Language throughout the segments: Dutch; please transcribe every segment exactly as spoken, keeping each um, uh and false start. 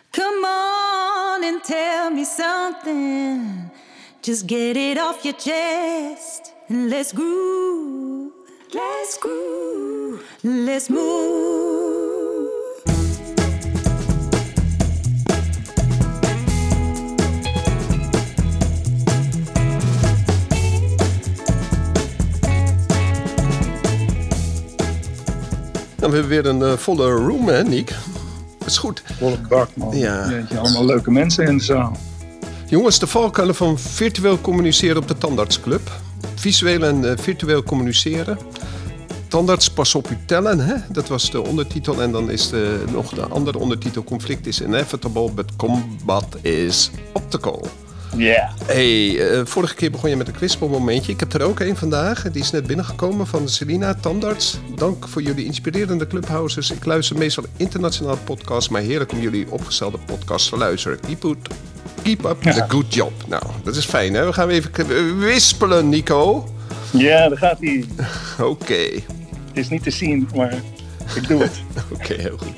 Come on and tell me something. Just get it off your chest and let's groove. Let's groove. Let's move. Nou, we hebben weer een uh, volle room, hè, Niek? Dat is goed. Volle bak, man. Ja. Jeetje, allemaal leuke mensen in de zaal. Jongens, de valkuilen van virtueel communiceren op de Tandartsclub. Visueel en uh, virtueel communiceren. Tandarts, pas op u tellen, hè? Dat was de ondertitel. En dan is de, nog de andere ondertitel. Conflict is inevitable, but combat is optical. Ja. Yeah. Hey, uh, vorige keer begon je met een kwispelmomentje. Ik heb er ook een vandaag. Die is net binnengekomen van Selina, tandarts. Dank voor jullie inspirerende clubhouses. Ik luister meestal internationale podcasts, maar heerlijk om jullie opgestelde podcasts te luisteren. Keep, it, keep up ja. the good job. Nou, dat is fijn, hè? We gaan even wispelen, Nico. Ja, daar gaat hij. Oké. Okay. Het is niet te zien, maar ik doe het. Oké, okay, heel goed.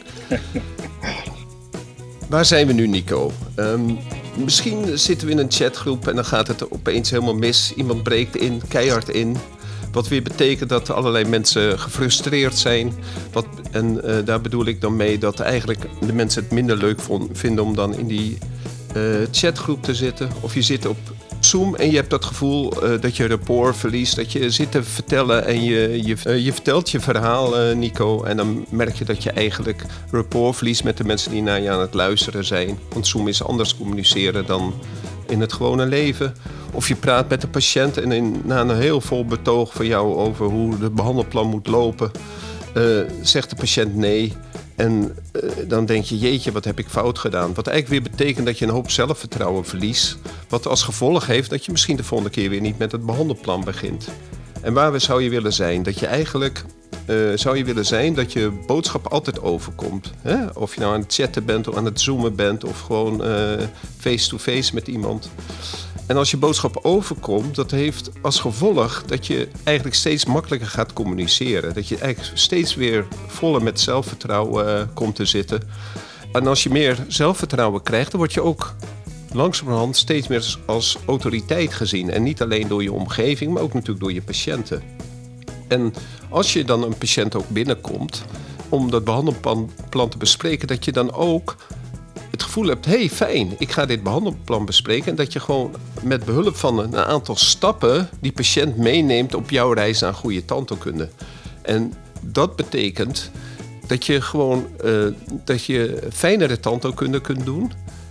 Waar zijn we nu, Nico? Um, misschien zitten we in een chatgroep en dan gaat het opeens helemaal mis. Iemand breekt in, keihard in. Wat weer betekent dat allerlei mensen gefrustreerd zijn. Wat, en uh, daar bedoel ik dan mee dat eigenlijk de mensen het minder leuk vond, vinden om dan in die uh, chatgroep te zitten. Of je zit op Zoom en je hebt dat gevoel uh, dat je rapport verliest. Dat je zit te vertellen en je, je, uh, je vertelt je verhaal, uh, Nico. En dan merk je dat je eigenlijk rapport verliest met de mensen die naar je aan het luisteren zijn. Want Zoom is anders communiceren dan in het gewone leven. Of je praat met de patiënt en in, na een heel vol betoog van jou over hoe het behandelplan moet lopen, uh, zegt de patiënt nee. En uh, dan denk je, jeetje, wat heb ik fout gedaan? Wat eigenlijk weer betekent dat je een hoop zelfvertrouwen verliest. Wat als gevolg heeft dat je misschien de volgende keer weer niet met het behandelplan begint. En waar zou je willen zijn? Dat je eigenlijk uh, zou je willen zijn dat je boodschap altijd overkomt. Hè? Of je nou aan het chatten bent of aan het zoomen bent of gewoon uh, face-to-face met iemand. En als je boodschap overkomt, dat heeft als gevolg dat je eigenlijk steeds makkelijker gaat communiceren. Dat je eigenlijk steeds weer voller met zelfvertrouwen uh, komt te zitten. En als je meer zelfvertrouwen krijgt, dan word je ook langzamerhand steeds meer als autoriteit gezien. En niet alleen door je omgeving, maar ook natuurlijk door je patiënten. En als je dan een patiënt ook binnenkomt om dat behandelplan te bespreken, dat je dan ook het gevoel hebt, hé, hey, fijn, ik ga dit behandelplan bespreken. En dat je gewoon met behulp van een aantal stappen die patiënt meeneemt op jouw reis naar goede tandheelkunde. En dat betekent dat je gewoon uh, dat je fijnere tandheelkunde kunt doen.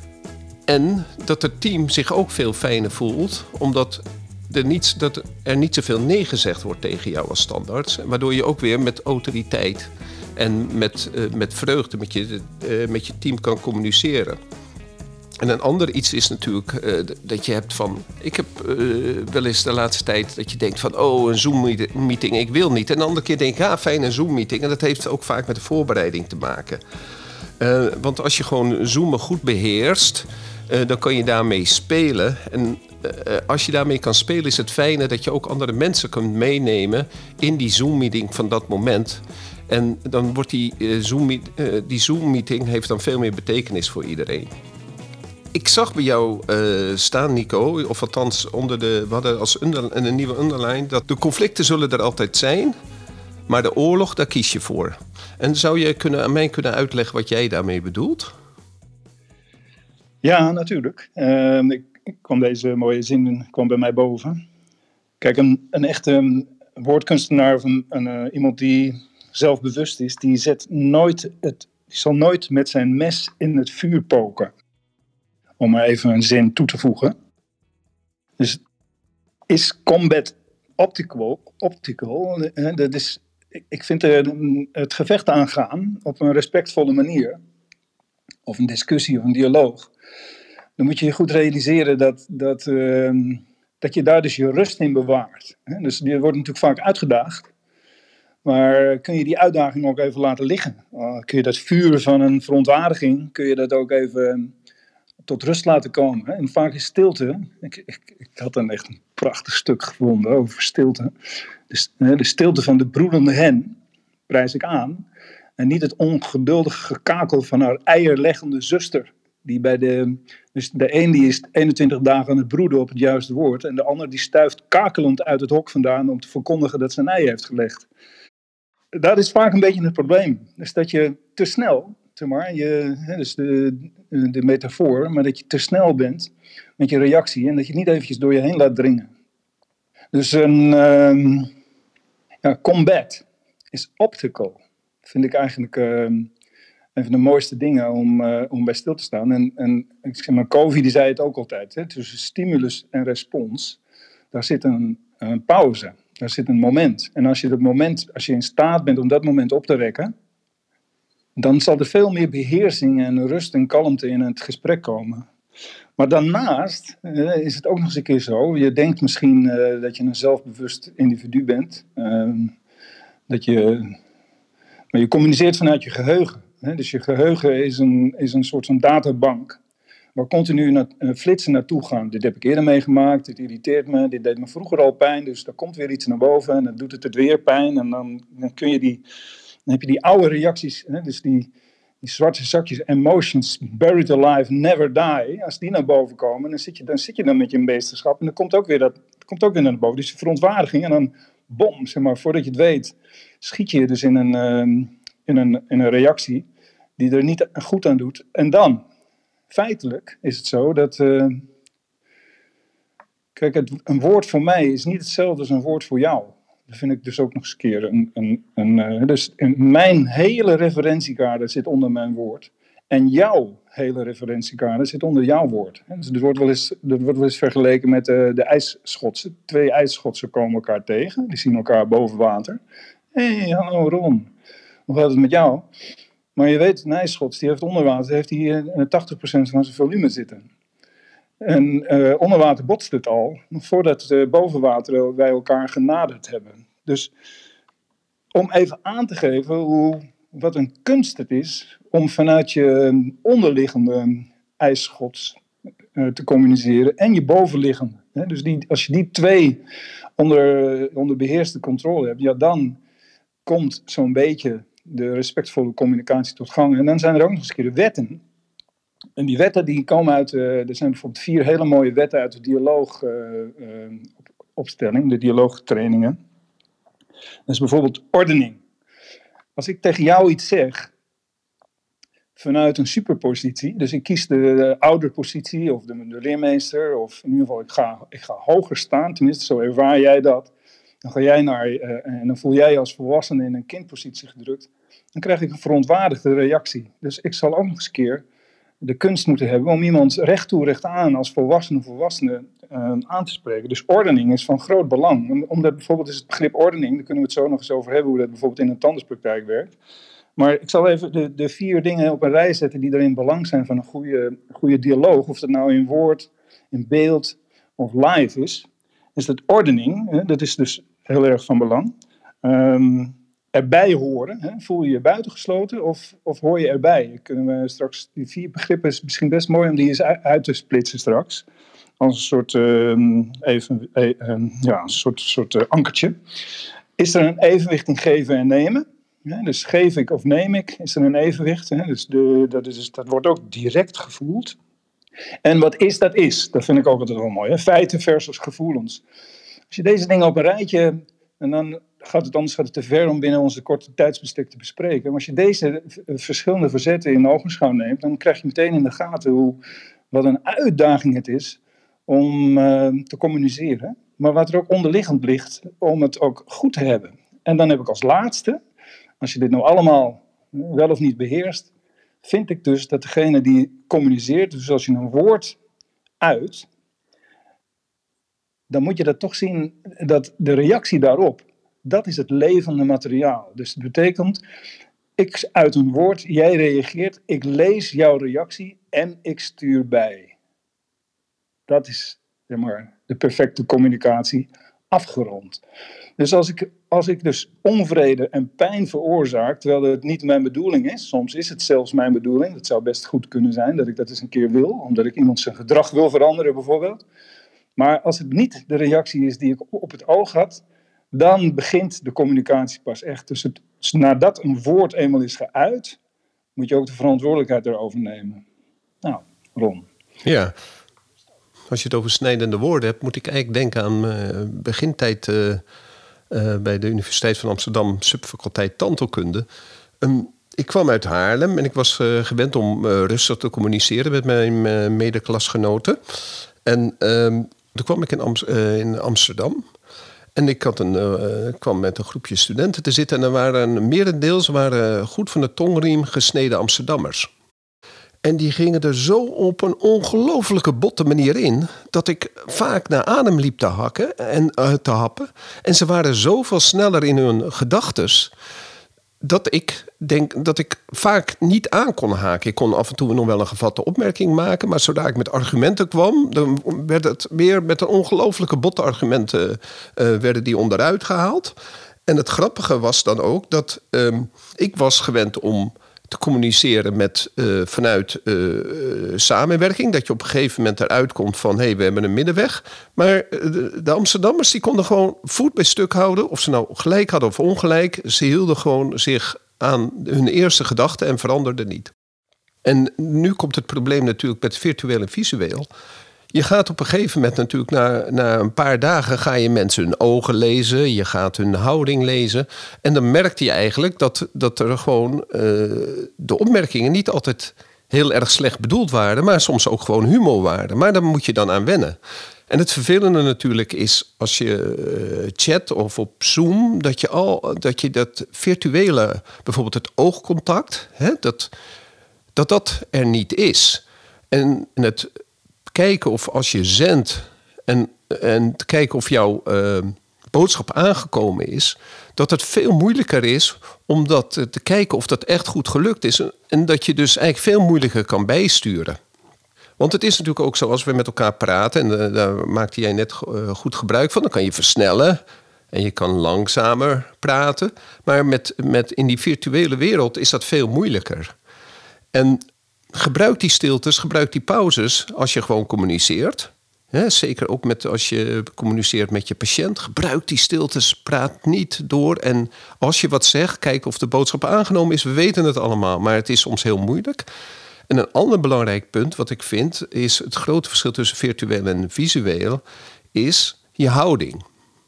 En dat het team zich ook veel fijner voelt, omdat er niet, dat er niet zoveel nee gezegd wordt tegen jou als standaards. Waardoor je ook weer met autoriteit en met, uh, met vreugde met je, uh, met je team kan communiceren. En een ander iets is natuurlijk uh, dat je hebt van... Ik heb uh, wel eens de laatste tijd dat je denkt van... oh, een Zoom-meeting, ik wil niet. En de andere keer denk ik, ja, fijn, een Zoom-meeting. En dat heeft ook vaak met de voorbereiding te maken. Uh, want als je gewoon Zoomen goed beheerst, uh, dan kan je daarmee spelen. En uh, als je daarmee kan spelen, is het fijne dat je ook andere mensen kunt meenemen in die Zoom-meeting van dat moment. En dan wordt die, uh, Zoom, uh, die Zoom-meeting heeft dan veel meer betekenis voor iedereen. Ik zag bij jou uh, staan, Nico, of althans onder de, we hadden als under, een nieuwe underline, dat de conflicten zullen er altijd zijn, maar de oorlog, daar kies je voor. En zou je kunnen, aan mij kunnen uitleggen wat jij daarmee bedoelt? Ja, natuurlijk. Uh, ik, ik kwam deze mooie zin kwam bij mij boven. Kijk, een, een echte woordkunstenaar of een, een, uh, iemand die zelfbewust is, die, zet nooit het, die zal nooit met zijn mes in het vuur poken. Om er even een zin toe te voegen. Dus is combat optical, optical hè, dat is, ik vind er het gevecht aangaan op een respectvolle manier, of een discussie of een dialoog, dan moet je je goed realiseren dat, dat, uh, dat je daar dus je rust in bewaart. Hè? Dus je wordt natuurlijk vaak uitgedaagd, maar kun je die uitdaging ook even laten liggen? Uh, kun je dat vuur van een verontwaardiging, kun je dat ook even tot rust laten komen. Hè? En vaak is stilte, ik, ik, ik had dan echt een prachtig stuk gevonden over stilte. De, de stilte van de broedende hen prijs ik aan. En niet het ongeduldige gekakel van haar eierleggende zuster Die bij de, dus de een die is eenentwintig dagen aan het broeden op het juiste woord. En de ander die stuift kakelend uit het hok vandaan om te verkondigen dat zijn ei heeft gelegd. Dat is vaak een beetje het probleem. Dus dat je te snel, zeg maar, je, hè, dus de, de metafoor, maar dat je te snel bent met je reactie en dat je het niet eventjes door je heen laat dringen. Dus een um, ja, combat is optical. Vind ik eigenlijk um, een van de mooiste dingen om, uh, om bij stil te staan. En, en ik zeg maar, Covey die zei het ook altijd. Hè, tussen stimulus en respons, daar zit een, een pauze. Daar zit een moment. En als je, dat moment, als je in staat bent om dat moment op te rekken, dan zal er veel meer beheersing en rust en kalmte in het gesprek komen. Maar daarnaast uh, is het ook nog eens een keer zo. Je denkt misschien uh, dat je een zelfbewust individu bent. Uh, dat je, maar je communiceert vanuit je geheugen. Hè? Dus je geheugen is een, is een soort van databank. Waar continu na, uh, flitsen naartoe gaan. Dit heb ik eerder meegemaakt, dit irriteert me, dit deed me vroeger al pijn. Dus daar komt weer iets naar boven en dan doet het het weer pijn. En dan, dan, kun je die, dan heb je die oude reacties, hè? Dus die... Die zwarte zakjes, emotions, buried alive, never die. Als die naar boven komen, dan zit je dan, zit je dan met je beestenschap. En dan komt ook weer dat, komt ook weer naar boven. Dus verontwaardiging. En dan, bom, zeg maar, voordat je het weet, schiet je dus in een, uh, in een, in een reactie die er niet goed aan doet. En dan, feitelijk is het zo dat... Uh, kijk, het, een woord voor mij is niet hetzelfde als een woord voor jou. Dat vind ik dus ook nog eens een keer. Een, een, een, uh, dus mijn hele referentiekader zit onder mijn woord. En jouw hele referentiekader zit onder jouw woord. Dus dat wordt wel eens, dat wordt wel eens vergeleken met uh, de ijsschotsen. Twee ijsschotsen komen elkaar tegen. Die zien elkaar boven water. Hé, hey, hallo Ron. Hoe gaat het met jou? Maar je weet, een ijsschots die heeft onder water heeft hij uh, tachtig procent van zijn volume zitten. En uh, onder water botst het al, voordat uh, boven water wij elkaar genaderd hebben. Dus om even aan te geven hoe, wat een kunst het is om vanuit je onderliggende ijsschots uh, te communiceren en je bovenliggende. Hè? Dus die, als je die twee onder, onder beheerste controle hebt, ja, dan komt zo'n beetje de respectvolle communicatie tot gang. En dan zijn er ook nog eens een keer de wetten. En die wetten die komen uit, uh, er zijn bijvoorbeeld vier hele mooie wetten uit de dialoogopstelling, uh, uh, de dialoogtrainingen. Dat is bijvoorbeeld ordening. Als ik tegen jou iets zeg, vanuit een superpositie, dus ik kies de, de ouderpositie of de, de leermeester, of in ieder geval ik ga, ik ga hoger staan, tenminste zo ervaar jij dat. Dan ga jij naar, uh, en dan voel jij je als volwassene in een kindpositie gedrukt. Dan krijg ik een verontwaardigde reactie. Dus ik zal ook nog eens een keer de kunst moeten hebben om iemand recht toe recht aan als volwassene volwassene uh, aan te spreken. Dus ordening is van groot belang. Omdat bijvoorbeeld is het begrip ordening, daar kunnen we het zo nog eens over hebben hoe dat bijvoorbeeld in een tandartspraktijk werkt. Maar ik zal even de, de vier dingen op een rij zetten die er in belang zijn van een goede, goede dialoog. Of dat nou in woord, in beeld of live is. Is dat ordening, hè, dat is dus heel erg van belang. Um, erbij horen. Hè? Voel je je buitengesloten of, of hoor je erbij? Kunnen we straks, die vier begrippen is misschien best mooi om die eens uit te splitsen straks. Als een soort, uh, even, uh, uh, ja, een soort, soort uh, ankertje. Is er een evenwicht in geven en nemen? Ja, dus geef ik of neem ik? Is er een evenwicht? Hè? Dus de, dat, is, dat wordt ook direct gevoeld. En wat is, dat is. Dat vind ik ook altijd wel mooi. Hè? Feiten versus gevoelens. Als je deze dingen op een rijtje... En dan gaat het anders gaat het te ver om binnen onze korte tijdsbestek te bespreken. Maar als je deze verschillende verzetten in ogenschouw neemt, dan krijg je meteen in de gaten hoe, wat een uitdaging het is om uh, te communiceren. Maar wat er ook onderliggend ligt om het ook goed te hebben. En dan heb ik als laatste, als je dit nou allemaal wel of niet beheerst, vind ik dus dat degene die communiceert, dus als je een woord uit, dan moet je dat toch zien, dat de reactie daarop, dat is het levende materiaal. Dus het betekent, ik uit een woord, jij reageert, ik lees jouw reactie en ik stuur bij. Dat is, zeg maar, de perfecte communicatie afgerond. Dus als ik, als ik dus onvrede en pijn veroorzaak, terwijl het niet mijn bedoeling is, soms is het zelfs mijn bedoeling, dat zou best goed kunnen zijn, dat ik dat eens een keer wil, omdat ik iemand zijn gedrag wil veranderen bijvoorbeeld. Maar als het niet de reactie is die ik op het oog had, dan begint de communicatie pas echt. Dus, het, dus nadat een woord eenmaal is geuit, moet je ook de verantwoordelijkheid erover nemen. Nou, Ron. Ja. Als je het over snijdende woorden hebt, moet ik eigenlijk denken aan uh, begintijd uh, uh, bij de Universiteit van Amsterdam, subfaculteit tandheelkunde. Um, ik kwam uit Haarlem en ik was uh, gewend om uh, rustig te communiceren met mijn uh, medeklasgenoten. En um, toen kwam ik in, Am- uh, in Amsterdam. En ik had een, uh, kwam met een groepje studenten te zitten. En er waren merendeels waren goed van de tongriem gesneden Amsterdammers. En die gingen er zo op een ongelooflijke botte manier in, dat ik vaak naar adem liep te hakken en uh, te happen. En ze waren zoveel sneller in hun gedachtes, dat ik denk dat ik vaak niet aan kon haken. Ik kon af en toe nog wel een gevatte opmerking maken, maar zodra ik met argumenten kwam, dan werd het weer met een ongelooflijke botte argumenten uh, werden die onderuit gehaald. En het grappige was dan ook dat um, ik was gewend om te communiceren met, uh, vanuit uh, samenwerking. Dat je op een gegeven moment eruit komt van, hé, hey, we hebben een middenweg. Maar de, de Amsterdammers die konden gewoon voet bij stuk houden. Of ze nou gelijk hadden of ongelijk. Ze hielden gewoon zich aan hun eerste gedachten en veranderden niet. En nu komt het probleem natuurlijk met virtueel en visueel. Je gaat op een gegeven moment natuurlijk, na, na een paar dagen ga je mensen hun ogen lezen. Je gaat hun houding lezen. En dan merkte je eigenlijk dat, dat er gewoon uh, de opmerkingen niet altijd heel erg slecht bedoeld waren, maar soms ook gewoon humor waren. Maar daar moet je dan aan wennen. En het vervelende natuurlijk is als je uh, chat of op Zoom, dat je al dat je dat virtuele, bijvoorbeeld het oogcontact, hè, dat, dat dat er niet is. En het kijken of als je zendt en, en te kijken of jouw uh, boodschap aangekomen is, dat het veel moeilijker is om dat te kijken of dat echt goed gelukt is. En dat je dus eigenlijk veel moeilijker kan bijsturen. Want het is natuurlijk ook zo, als we met elkaar praten, en uh, daar maakte jij net uh, goed gebruik van, dan kan je versnellen en je kan langzamer praten. Maar met, met in die virtuele wereld is dat veel moeilijker. En gebruik die stiltes, gebruik die pauzes als je gewoon communiceert. He, zeker ook met, als je communiceert met je patiënt. Gebruik die stiltes, praat niet door. En als je wat zegt, kijk of de boodschap aangenomen is. We weten het allemaal, maar het is soms heel moeilijk. En een ander belangrijk punt wat ik vind, is het grote verschil tussen virtueel en visueel, is je houding.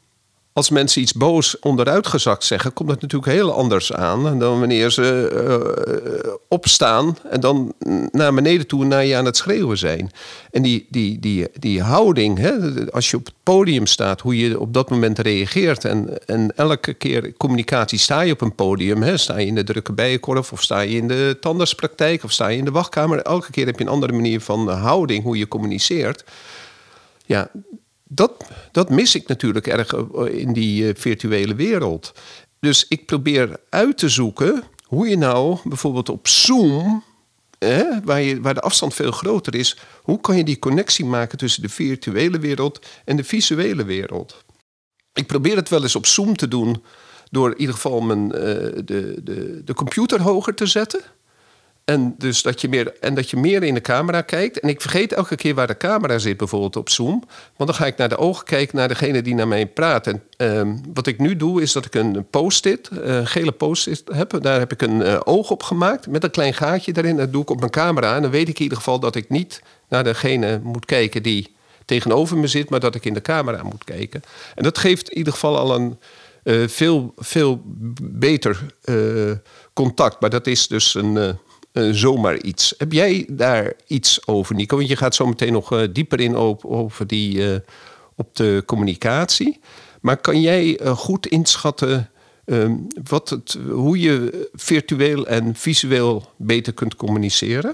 Als mensen iets boos onderuitgezakt zeggen, komt het natuurlijk heel anders aan dan wanneer ze uh, opstaan en dan naar beneden toe naar je aan het schreeuwen zijn. En die, die, die, die houding, hè, als je op het podium staat, hoe je op dat moment reageert. En, en elke keer communicatie, sta je op een podium, hè, sta je in de drukke bijenkorf of sta je in de tandartspraktijk of sta je in de wachtkamer. Elke keer heb je een andere manier van houding, hoe je communiceert. Ja, Dat, dat mis ik natuurlijk erg in die uh, virtuele wereld. Dus ik probeer uit te zoeken hoe je nou bijvoorbeeld op Zoom, eh, waar, je, waar de afstand veel groter is, hoe kan je die connectie maken tussen de virtuele wereld en de visuele wereld? Ik probeer het wel eens op Zoom te doen door in ieder geval mijn, uh, de, de, de computer hoger te zetten. En, dus dat je meer, en dat je meer in de camera kijkt. En ik vergeet elke keer waar de camera zit, bijvoorbeeld op Zoom. Want dan ga ik naar de ogen kijken, naar degene die naar mij praat. En uh, wat ik nu doe, is dat ik een post-it, uh, een gele post-it heb. Daar heb ik een uh, oog op gemaakt met een klein gaatje daarin. Dat doe ik op mijn camera. En dan weet ik in ieder geval dat ik niet naar degene moet kijken die tegenover me zit, maar dat ik in de camera moet kijken. En dat geeft in ieder geval al een uh, veel, veel beter uh, contact. Maar dat is dus een Uh, Uh, zomaar iets. Heb jij daar iets over, Nico? Want je gaat zo meteen nog uh, dieper in op, over die, uh, op de communicatie. Maar kan jij uh, goed inschatten uh, wat het, hoe je virtueel en visueel beter kunt communiceren?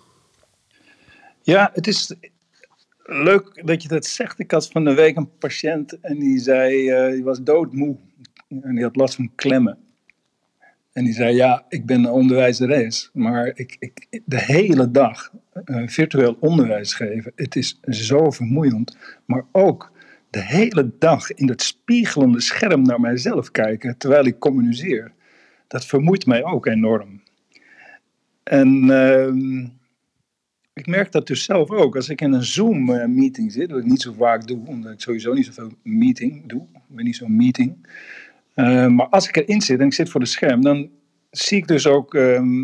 Ja, het is leuk dat je dat zegt. Ik had van de week een patiënt en die zei, uh, die was doodmoe. En die had last van klemmen. En die zei, ja, ik ben onderwijzeres, maar ik, ik, de hele dag uh, virtueel onderwijs geven, het is zo vermoeiend. Maar ook de hele dag in dat spiegelende scherm naar mijzelf kijken, terwijl ik communiceer, dat vermoeit mij ook enorm. En uh, ik merk dat dus zelf ook. Als ik in een Zoom-meeting zit, wat ik niet zo vaak doe, omdat ik sowieso niet zoveel meeting doe, ik ben niet zo'n meeting. Uh, maar als ik erin zit en ik zit voor het scherm, dan zie ik dus ook um,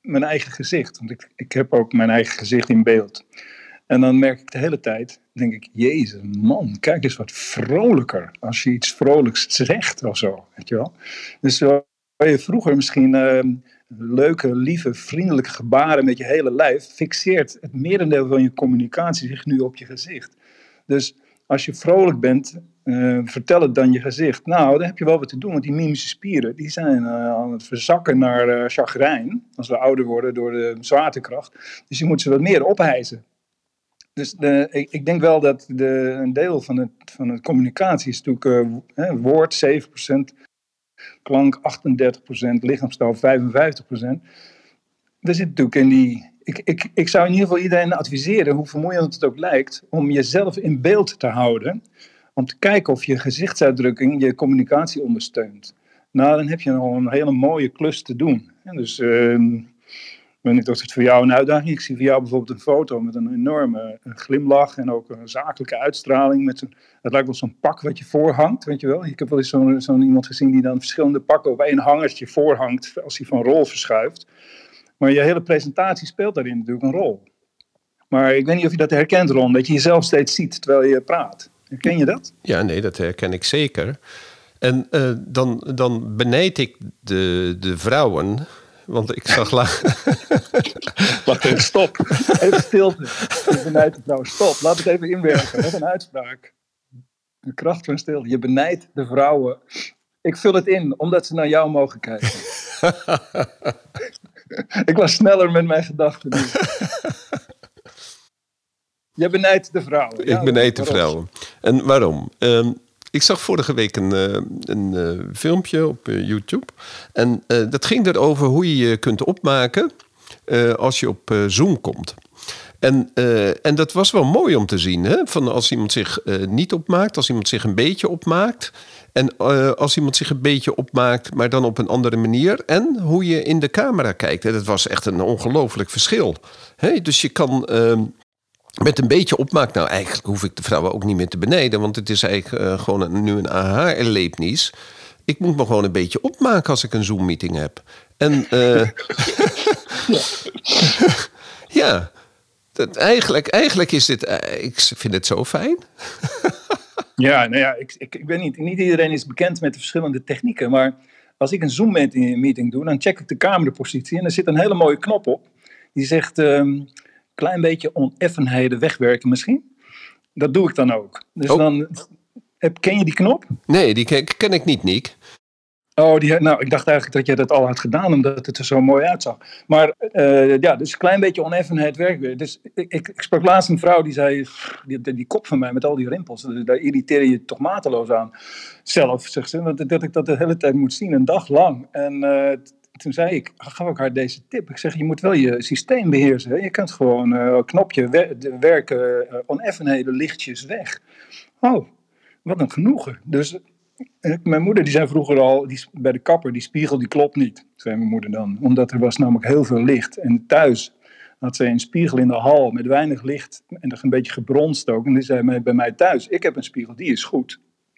mijn eigen gezicht. Want ik, ik heb ook mijn eigen gezicht in beeld. En dan merk ik de hele tijd, denk ik, jezus man, kijk eens wat vrolijker. Als je iets vrolijks zegt of zo, weet je wel. Dus waar je vroeger misschien uh, leuke, lieve, vriendelijke gebaren met je hele lijf, fixeert het merendeel van je communicatie zich nu op je gezicht. Dus als je vrolijk bent, uh, vertel het dan je gezicht. Nou, dan heb je wel wat te doen, want die mimische spieren die zijn uh, aan het verzakken naar uh, chagrijn, als we ouder worden door de zwaartekracht. Dus je moet ze wat meer ophijzen. Dus de, ik, ik denk wel dat de, een deel van het, van het communicatie is natuurlijk uh, hè, woord zeven procent, klank achtendertig procent, lichaamstaal vijfenvijftig procent. We zitten natuurlijk in die... Ik, ik, ik zou in ieder geval iedereen adviseren, hoe vermoeiend het ook lijkt, om jezelf in beeld te houden. Om te kijken of je gezichtsuitdrukking je communicatie ondersteunt. Nou, dan heb je al een hele mooie klus te doen. Ja, dus... Uh, Ik weet niet of het voor jou een uitdaging is. Ik zie voor jou bijvoorbeeld een foto met een enorme glimlach en ook een zakelijke uitstraling. Met zo'n, het lijkt wel zo'n pak wat je voorhangt, weet je wel. Ik heb wel eens zo'n, zo'n iemand gezien die dan verschillende pakken op één hangertje voorhangt als hij van rol verschuift. Maar je hele presentatie speelt daarin natuurlijk een rol. Maar ik weet niet of je dat herkent, Ron, dat je jezelf steeds ziet terwijl je praat. Herken je dat? Ja, nee, dat herken ik zeker. En uh, dan, dan benijd ik de, de vrouwen... Want ik zag laag. Wacht even, stop. Even stilte. Je benijdt de vrouw. Stop, laat het even inwerken. Wat een uitspraak. De kracht van stilte. Je benijdt de vrouwen. Ik vul het in, omdat ze naar jou mogen kijken. Ik was sneller met mijn gedachten. Je benijdt de vrouwen. Ja, ik benijd de vrouwen. En waarom? Um, Ik zag vorige week een, een, een filmpje op YouTube. En uh, dat ging erover hoe je je kunt opmaken uh, als je op uh, Zoom komt. En, uh, en dat was wel mooi om te zien. Hè? Van als iemand zich uh, niet opmaakt, als iemand zich een beetje opmaakt. En uh, als iemand zich een beetje opmaakt, maar dan op een andere manier. En hoe je in de camera kijkt. En dat was echt een ongelooflijk verschil. Hè? Dus je kan... Uh, Met een beetje opmaak, nou eigenlijk hoef ik de vrouwen ook niet meer te benijden, want het is eigenlijk uh, gewoon een, nu een aha-erlevenis. Ik moet me gewoon een beetje opmaken als ik een Zoom-meeting heb. En uh, ja, ja dat, eigenlijk, eigenlijk is dit, uh, ik vind het zo fijn. Ja, nou ja, ik, ik, ik weet niet, niet iedereen is bekend met de verschillende technieken, maar als ik een Zoom-meeting doe, dan check ik de camerapositie en er zit een hele mooie knop op. Die zegt... Um, klein beetje oneffenheden wegwerken misschien. Dat doe ik dan ook. Dus oh. dan, ken je die knop? Nee, die ken, ken ik niet, Niek. Oh, die, nou, ik dacht eigenlijk dat je dat al had gedaan, omdat het er zo mooi uitzag. Maar uh, ja, dus een klein beetje oneffenheid werkt. Dus ik, ik, ik sprak laatst een vrouw die zei, die, die, die kop van mij met al die rimpels, daar irriteer je je toch mateloos aan. Zelf, zegt ze, dat, dat ik dat de hele tijd moet zien, een dag lang. En... Uh, Toen zei ik, gaf ik haar deze tip. Ik zeg, je moet wel je systeem beheersen. Hè? Je kunt gewoon uh, knopje wer- werken, uh, oneffenheden, lichtjes weg. Oh, wat een genoegen. Dus uh, mijn moeder die zei vroeger al, die, bij de kapper, die spiegel die klopt niet, zei mijn moeder dan. Omdat er was namelijk heel veel licht. En thuis had ze een spiegel in de hal met weinig licht en dat een beetje gebronst ook. En die zei bij mij thuis, ik heb een spiegel, die is goed.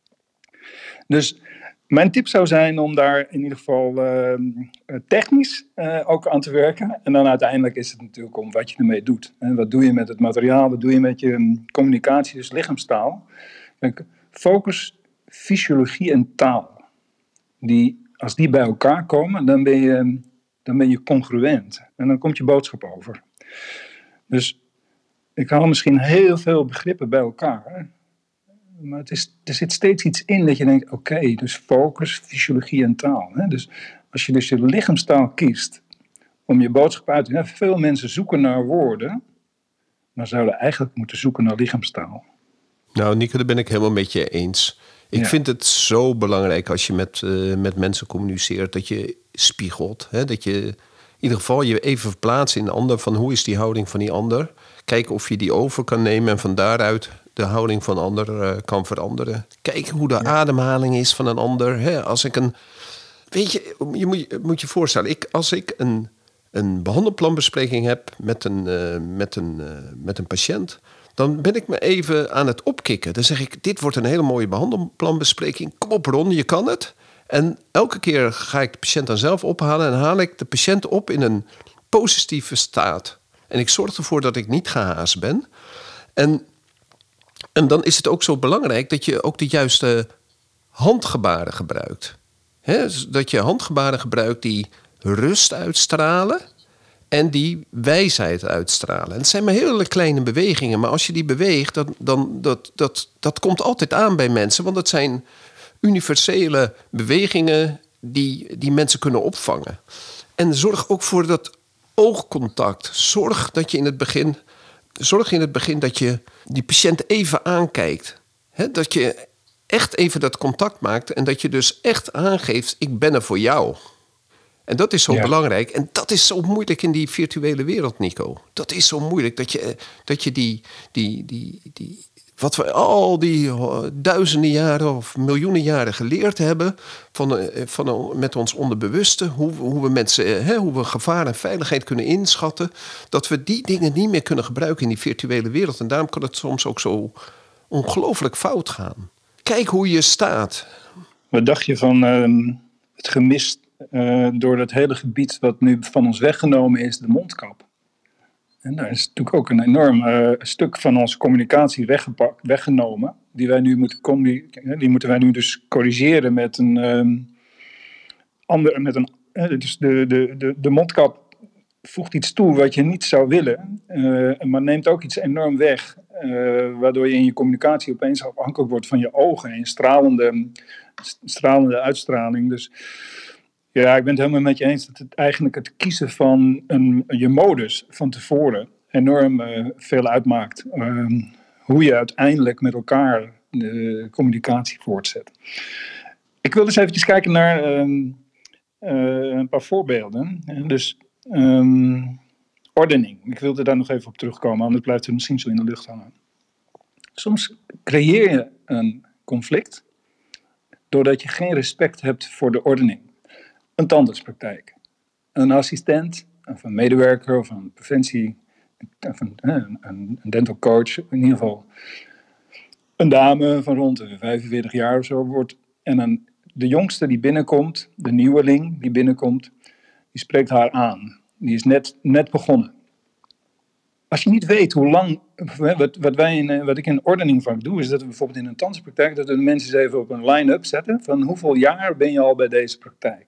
Dus... Mijn tip zou zijn om daar in ieder geval uh, technisch uh, ook aan te werken. En dan uiteindelijk is het natuurlijk om wat je ermee doet. En wat doe je met het materiaal, wat doe je met je um, communicatie, dus lichaamstaal. Kijk, focus, fysiologie en taal. Die, als die bij elkaar komen, dan ben je, dan ben je congruent. En dan komt je boodschap over. Dus ik haal misschien heel veel begrippen bij elkaar. Maar het is, er zit steeds iets in dat je denkt, oké, okay, dus focus, fysiologie en taal. Hè? Dus als je dus je lichaamstaal kiest om je boodschap uit te doen. Veel mensen zoeken naar woorden, maar zouden eigenlijk moeten zoeken naar lichaamstaal. Nou, Nico, daar ben ik helemaal met je eens. Ik ja. vind het zo belangrijk als je met, uh, met mensen communiceert, dat je spiegelt. Hè? Dat je in ieder geval je even verplaatst in de ander, van hoe is die houding van die ander. Kijken of je die over kan nemen en van daaruit de houding van een ander uh, kan veranderen. Kijken hoe de ja. ademhaling is van een ander. Hè? Als ik een, weet je, je moet je moet je voorstellen, ik, als ik een, een behandelplanbespreking heb met een, uh, met, een, uh, met een patiënt, dan ben ik me even aan het opkikken. Dan zeg ik, dit wordt een hele mooie behandelplanbespreking. Kom op Ron, je kan het. En elke keer ga ik de patiënt dan zelf ophalen en haal ik de patiënt op in een positieve staat. En ik zorg ervoor dat ik niet gehaast ben. En, en dan is het ook zo belangrijk dat je ook de juiste handgebaren gebruikt. He, dat je handgebaren gebruikt die rust uitstralen en die wijsheid uitstralen. En het zijn maar hele kleine bewegingen, maar als je die beweegt, dan, dan dat, dat, dat komt altijd aan bij mensen, want dat zijn universele bewegingen die, die mensen kunnen opvangen. En zorg ook voor dat oogcontact. Zorg dat je in het begin, zorg in het begin dat je die patiënt even aankijkt. He, dat je echt even dat contact maakt en dat je dus echt aangeeft, ik ben er voor jou. En dat is zo ja. belangrijk. En dat is zo moeilijk in die virtuele wereld, Nico. Dat is zo moeilijk dat je, dat je die, die, die, die, wat we al die duizenden jaren of miljoenen jaren geleerd hebben van, van, met ons onderbewuste, hoe, hoe we mensen, hè, hoe we gevaar en veiligheid kunnen inschatten, dat we die dingen niet meer kunnen gebruiken in die virtuele wereld. En daarom kan het soms ook zo ongelooflijk fout gaan. Kijk hoe je staat. Wat dacht je van uh, het gemis uh, door dat hele gebied wat nu van ons weggenomen is, de mondkap? En daar is natuurlijk ook een enorm uh, stuk van onze communicatie weggepakt, weggenomen. Die, wij nu moeten combi- die moeten wij nu dus corrigeren met een um, andere. Met een, uh, dus de, de, de, de mondkap voegt iets toe wat je niet zou willen, uh, maar neemt ook iets enorm weg. Uh, waardoor je in je communicatie opeens afhankelijk wordt van je ogen en je stralende, stralende uitstraling. Dus ja, ik ben het helemaal met je eens dat het eigenlijk het kiezen van een, je modus van tevoren enorm uh, veel uitmaakt. Uh, hoe je uiteindelijk met elkaar de communicatie voortzet. Ik wil dus eventjes kijken naar uh, uh, een paar voorbeelden. Dus um, ordening. Ik wilde daar nog even op terugkomen, anders blijft het misschien zo in de lucht hangen. Soms creëer je een conflict doordat je geen respect hebt voor de ordening. Een tandartspraktijk. Een assistent, of een medewerker, of een preventie, of een, een, een dental coach, in ieder geval een dame van rond de vijfenveertig jaar of zo wordt. En een, de jongste die binnenkomt, de nieuweling die binnenkomt, die spreekt haar aan. Die is net, net begonnen. Als je niet weet hoe lang, wat, wat, wij in, wat ik in ordening vaak doe, is dat we bijvoorbeeld in een tandartspraktijk, dat we de mensen eens even op een line-up zetten van hoeveel jaar ben je al bij deze praktijk.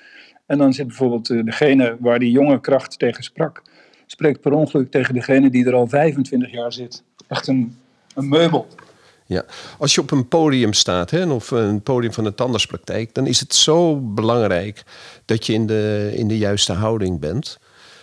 En dan zit bijvoorbeeld degene waar die jonge kracht tegen sprak, spreekt per ongeluk tegen degene die er al vijfentwintig jaar zit. Echt een, een meubel. Ja, als je op een podium staat, hè, of een podium van een tandartspraktijk, dan is het zo belangrijk dat je in de, in de juiste houding bent.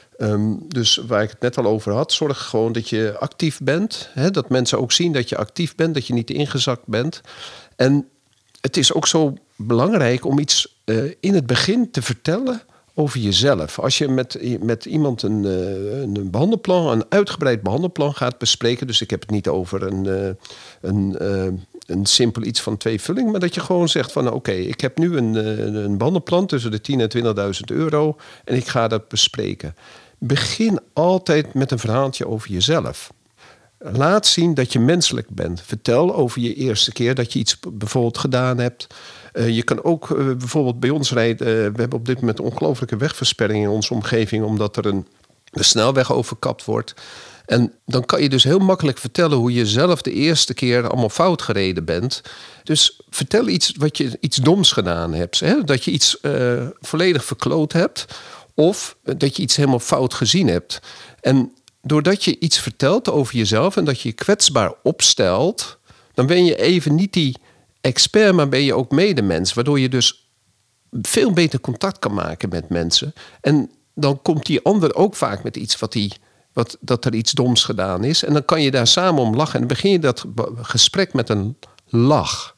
Um, dus waar ik het net al over had, zorg gewoon dat je actief bent. Hè, dat mensen ook zien dat je actief bent, dat je niet ingezakt bent. En het is ook zo belangrijk om iets uh, in het begin te vertellen over jezelf. Als je met, met iemand een, uh, een behandelplan, een uitgebreid behandelplan gaat bespreken, dus ik heb het niet over een, uh, een, uh, een simpel iets van twee vullingen, maar dat je gewoon zegt van oké, okay, ik heb nu een, uh, een behandelplan tussen de tien en twintigduizend euro en ik ga dat bespreken. Begin altijd met een verhaaltje over jezelf. Laat zien dat je menselijk bent. Vertel over je eerste keer dat je iets bijvoorbeeld gedaan hebt. Uh, je kan ook uh, bijvoorbeeld bij ons rijden. Uh, we hebben op dit moment ongelooflijke wegversperring in onze omgeving, omdat er een de snelweg overkapt wordt. En dan kan je dus heel makkelijk vertellen hoe je zelf de eerste keer allemaal fout gereden bent. Dus vertel iets wat je iets doms gedaan hebt. Hè? Dat je iets uh, volledig verkloot hebt. Of dat je iets helemaal fout gezien hebt. En doordat je iets vertelt over jezelf en dat je je kwetsbaar opstelt, dan ben je even niet die expert, maar ben je ook medemens. Waardoor je dus veel beter contact kan maken met mensen. En dan komt die ander ook vaak met iets wat die, wat, dat er iets doms gedaan is. En dan kan je daar samen om lachen. En dan begin je dat gesprek met een lach.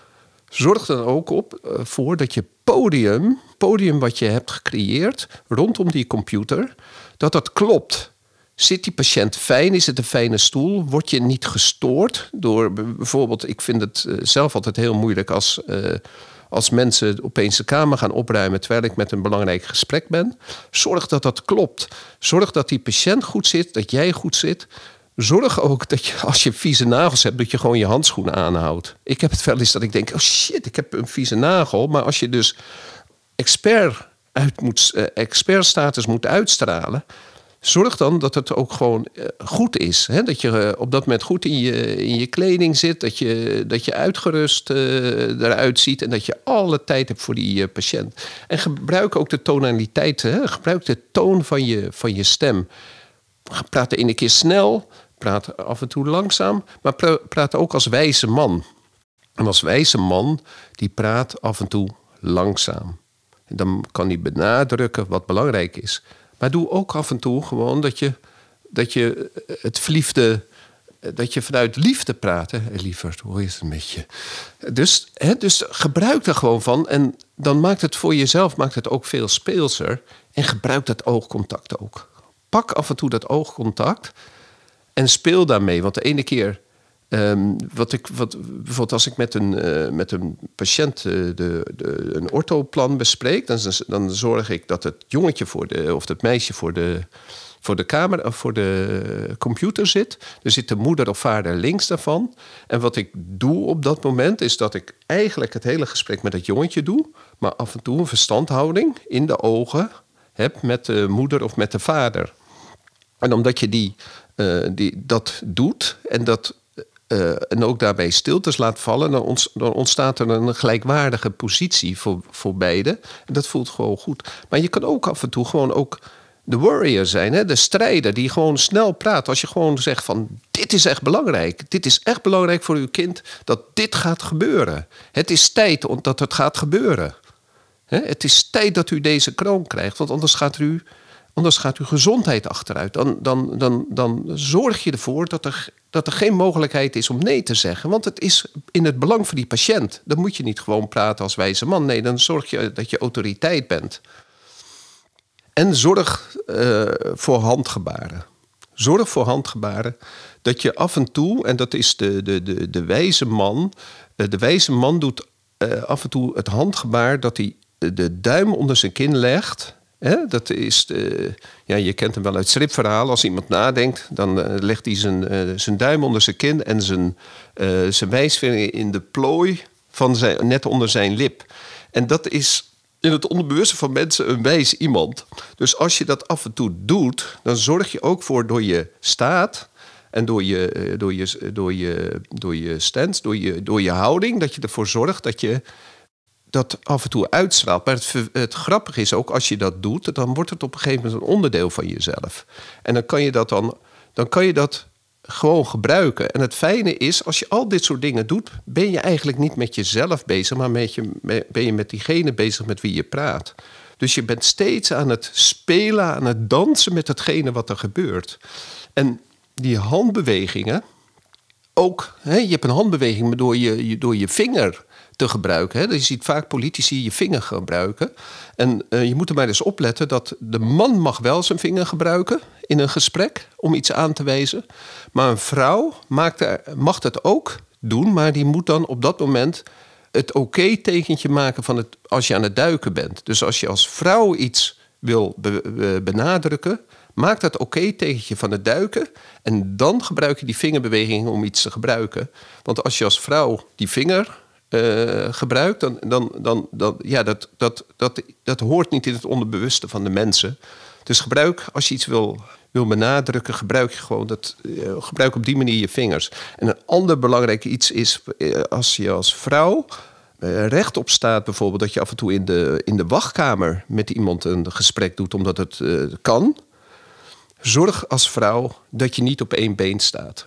Zorg er dan ook op uh, voor dat je podium, podium wat je hebt gecreëerd rondom die computer, dat dat klopt. Zit die patiënt fijn? Is het een fijne stoel? Word je niet gestoord door bijvoorbeeld, ik vind het uh, zelf altijd heel moeilijk als, uh, als mensen opeens de kamer gaan opruimen terwijl ik met een belangrijk gesprek ben. Zorg dat dat klopt. Zorg dat die patiënt goed zit, dat jij goed zit. Zorg ook dat je, als je vieze nagels hebt, dat je gewoon je handschoenen aanhoudt. Ik heb het wel eens dat ik denk, oh shit, ik heb een vieze nagel. Maar als je dus expert uit moet, uh, expertstatus moet uitstralen. Zorg dan dat het ook gewoon uh, goed is. Hè? Dat je uh, op dat moment goed in je, in je kleding zit. Dat je, dat je uitgerust uh, eruit ziet. En dat je alle tijd hebt voor die uh, patiënt. En gebruik ook de tonaliteit. Hè? Gebruik de toon van je, van je stem. Praat de ene keer snel. Praat af en toe langzaam. Maar pra- praat ook als wijze man. En als wijze man, die praat af en toe langzaam. En dan kan hij benadrukken wat belangrijk is. Maar doe ook af en toe gewoon dat je, dat je het verliefde, dat je vanuit liefde praat. Hè? Liever, hoe is het met je? Dus, hè, dus gebruik er gewoon van. En dan maakt het voor jezelf maakt het ook veel speelser. En gebruik dat oogcontact ook. Pak af en toe dat oogcontact en speel daarmee. Want de ene keer, um, wat ik, wat, bijvoorbeeld als ik met een, uh, met een patiënt uh, de, de, een orthoplan bespreek, dan, dan zorg ik dat het jongetje voor de, of het meisje voor de, voor de camera of voor de computer zit. Er zit de moeder of vader links daarvan. En wat ik doe op dat moment is dat ik eigenlijk het hele gesprek met het jongetje doe, maar af en toe een verstandhouding in de ogen heb met de moeder of met de vader. En omdat je die, uh, die, dat doet en, dat, uh, en ook daarbij stiltes laat vallen, dan, ont, dan ontstaat er een gelijkwaardige positie voor, voor beide. En dat voelt gewoon goed. Maar je kan ook af en toe gewoon ook de warrior zijn, hè? De strijder die gewoon snel praat. Als je gewoon zegt van, dit is echt belangrijk. Dit is echt belangrijk voor uw kind dat dit gaat gebeuren. Het is tijd dat het gaat gebeuren. Hè? Het is tijd dat u deze kroon krijgt, want anders gaat u... Anders gaat uw gezondheid achteruit. Dan, dan, dan, dan zorg je ervoor dat er, dat er geen mogelijkheid is om nee te zeggen. Want het is in het belang van die patiënt. Dan moet je niet gewoon praten als wijze man. Nee, dan zorg je dat je autoriteit bent. En zorg uh, voor handgebaren. Zorg voor handgebaren dat je af en toe, en dat is de, de, de, de wijze man... Uh, de wijze man doet uh, af en toe het handgebaar dat hij de duim onder zijn kin legt... He, dat is de, ja, je kent hem wel uit stripverhalen. Als iemand nadenkt, dan uh, legt hij zijn, uh, zijn duim onder zijn kin en zijn, uh, zijn wijsvinger in de plooi van zijn, net onder zijn lip. En dat is in het onderbewuste van mensen een wijs iemand. Dus als je dat af en toe doet, dan zorg je ook voor door je staat en door je, door je, door je, door je stance, door je, door je houding, dat je ervoor zorgt dat je dat af en toe uitstraalt. Maar het, het grappige is ook, als je dat doet, dan wordt het op een gegeven moment een onderdeel van jezelf. En dan kan je dat dan, dan kan je dat gewoon gebruiken. En het fijne is, als je al dit soort dingen doet, ben je eigenlijk niet met jezelf bezig, maar met je, ben je met diegene bezig met wie je praat. Dus je bent steeds aan het spelen, aan het dansen met hetgene wat er gebeurt. En die handbewegingen, ook, hè, je hebt een handbeweging door je, door je vinger te gebruiken. Hè. Je ziet vaak politici je vinger gebruiken. En uh, je moet er maar eens opletten dat de man mag wel zijn vinger gebruiken in een gesprek om iets aan te wijzen. Maar een vrouw maakt er, mag dat ook doen, maar die moet dan op dat moment het oké-tekentje maken van het, als je aan het duiken bent. Dus als je als vrouw iets wil be, be, benadrukken, maak dat oké-tekentje van het duiken en dan gebruik je die vingerbeweging om iets te gebruiken. Want als je als vrouw die vinger Uh, gebruikt, dan, dan, dan, dan ja, dat, dat, dat, dat hoort niet in het onderbewuste van de mensen. Dus gebruik, als je iets wil, wil benadrukken, gebruik je gewoon dat, uh, gebruik op die manier je vingers. En een ander belangrijk iets is, uh, als je als vrouw uh, rechtop staat, bijvoorbeeld, dat je af en toe in de, in de wachtkamer met iemand een gesprek doet, omdat het uh, kan. Zorg als vrouw dat je niet op één been staat.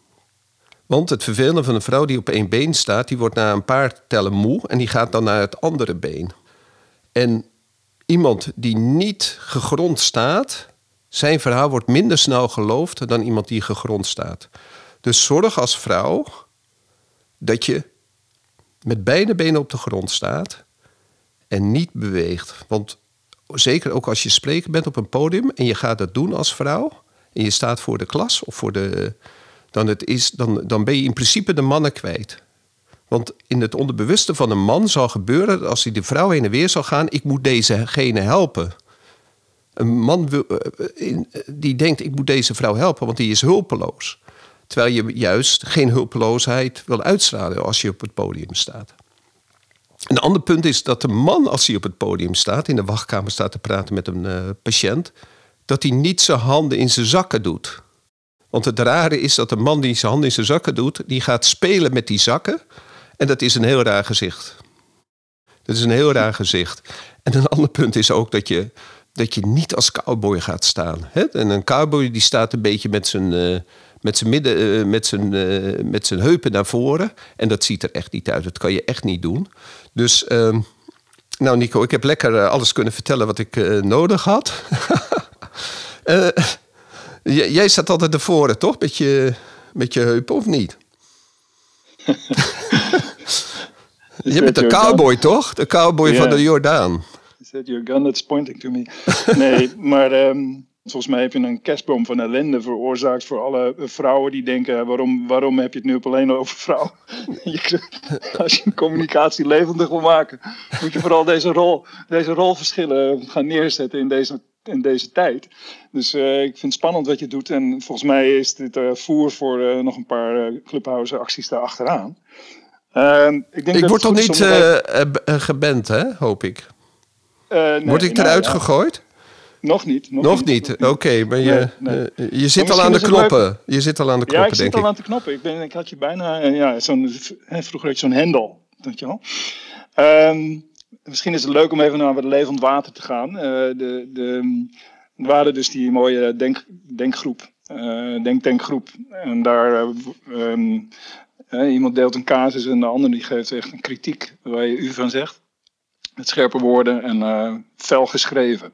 Want het vervelende van een vrouw die op één been staat, die wordt na een paar tellen moe en die gaat dan naar het andere been. En iemand die niet gegrond staat, zijn verhaal wordt minder snel geloofd dan iemand die gegrond staat. Dus zorg als vrouw dat je met beide benen op de grond staat en niet beweegt. Want zeker ook als je spreker bent op een podium en je gaat dat doen als vrouw en je staat voor de klas of voor de... Dan, het is, dan, dan ben je in principe de mannen kwijt. Want in het onderbewuste van een man zal gebeuren, als hij de vrouw heen en weer zal gaan, ik moet dezegene helpen. Een man wil, die denkt, ik moet deze vrouw helpen, want die is hulpeloos. Terwijl je juist geen hulpeloosheid wil uitstralen als je op het podium staat. Een ander punt is dat de man, als hij op het podium staat, in de wachtkamer staat te praten met een uh, patiënt, dat hij niet zijn handen in zijn zakken doet. Want het rare is dat de man die zijn handen in zijn zakken doet, die gaat spelen met die zakken. En dat is een heel raar gezicht. Dat is een heel raar gezicht. En een ander punt is ook dat je, dat je niet als cowboy gaat staan. Hè? En een cowboy die staat een beetje met zijn, uh, met zijn, midden, uh, met zijn, uh, met zijn heupen naar voren. En dat ziet er echt niet uit. Dat kan je echt niet doen. Dus, uh, nou Nico, ik heb lekker uh, alles kunnen vertellen wat ik uh, nodig had. uh, j- jij staat altijd naar voren, toch? Met je, met je heupen, of niet? Je bent de cowboy, gun? Toch? De cowboy yeah. van de Jordaan. Is that your gun that's pointing to me? Nee, maar um, volgens mij heb je een kerstboom van ellende veroorzaakt voor alle vrouwen die denken, waarom, waarom heb je het nu op alleen over vrouwen? Als je een communicatie levendig wil maken, moet je vooral deze, rol, deze rolverschillen gaan neerzetten in deze, in deze tijd. Dus uh, ik vind het spannend wat je doet en volgens mij is dit uh, voer voor uh, nog een paar uh, Clubhouse acties daar achteraan. Uh, ik denk ik dat word toch niet uh, even... uh, geband, hè? Hoop ik. Uh, nee, Word ik eruit nou, ja. gegooid? Nog niet. Nog, nog niet. niet? Oké, okay, maar je, nee, nee. Uh, je zit al aan de knoppen. Leuk... Je zit al aan de knoppen, ja, ik denk ik. zit al aan de knoppen. Ik, ben, ik had je bijna... Uh, ja, zo'n, vroeger had je zo'n hendel. Weet je wel. Um, misschien is het leuk om even naar wat levend water te gaan. Uh, de, de, er waren dus die mooie denk, denkgroep. Uh, denktankgroep. En daar... Uh, um, uh, iemand deelt een casus en de ander die geeft echt een kritiek waar je u van zegt. Met scherpe woorden en uh, fel geschreven.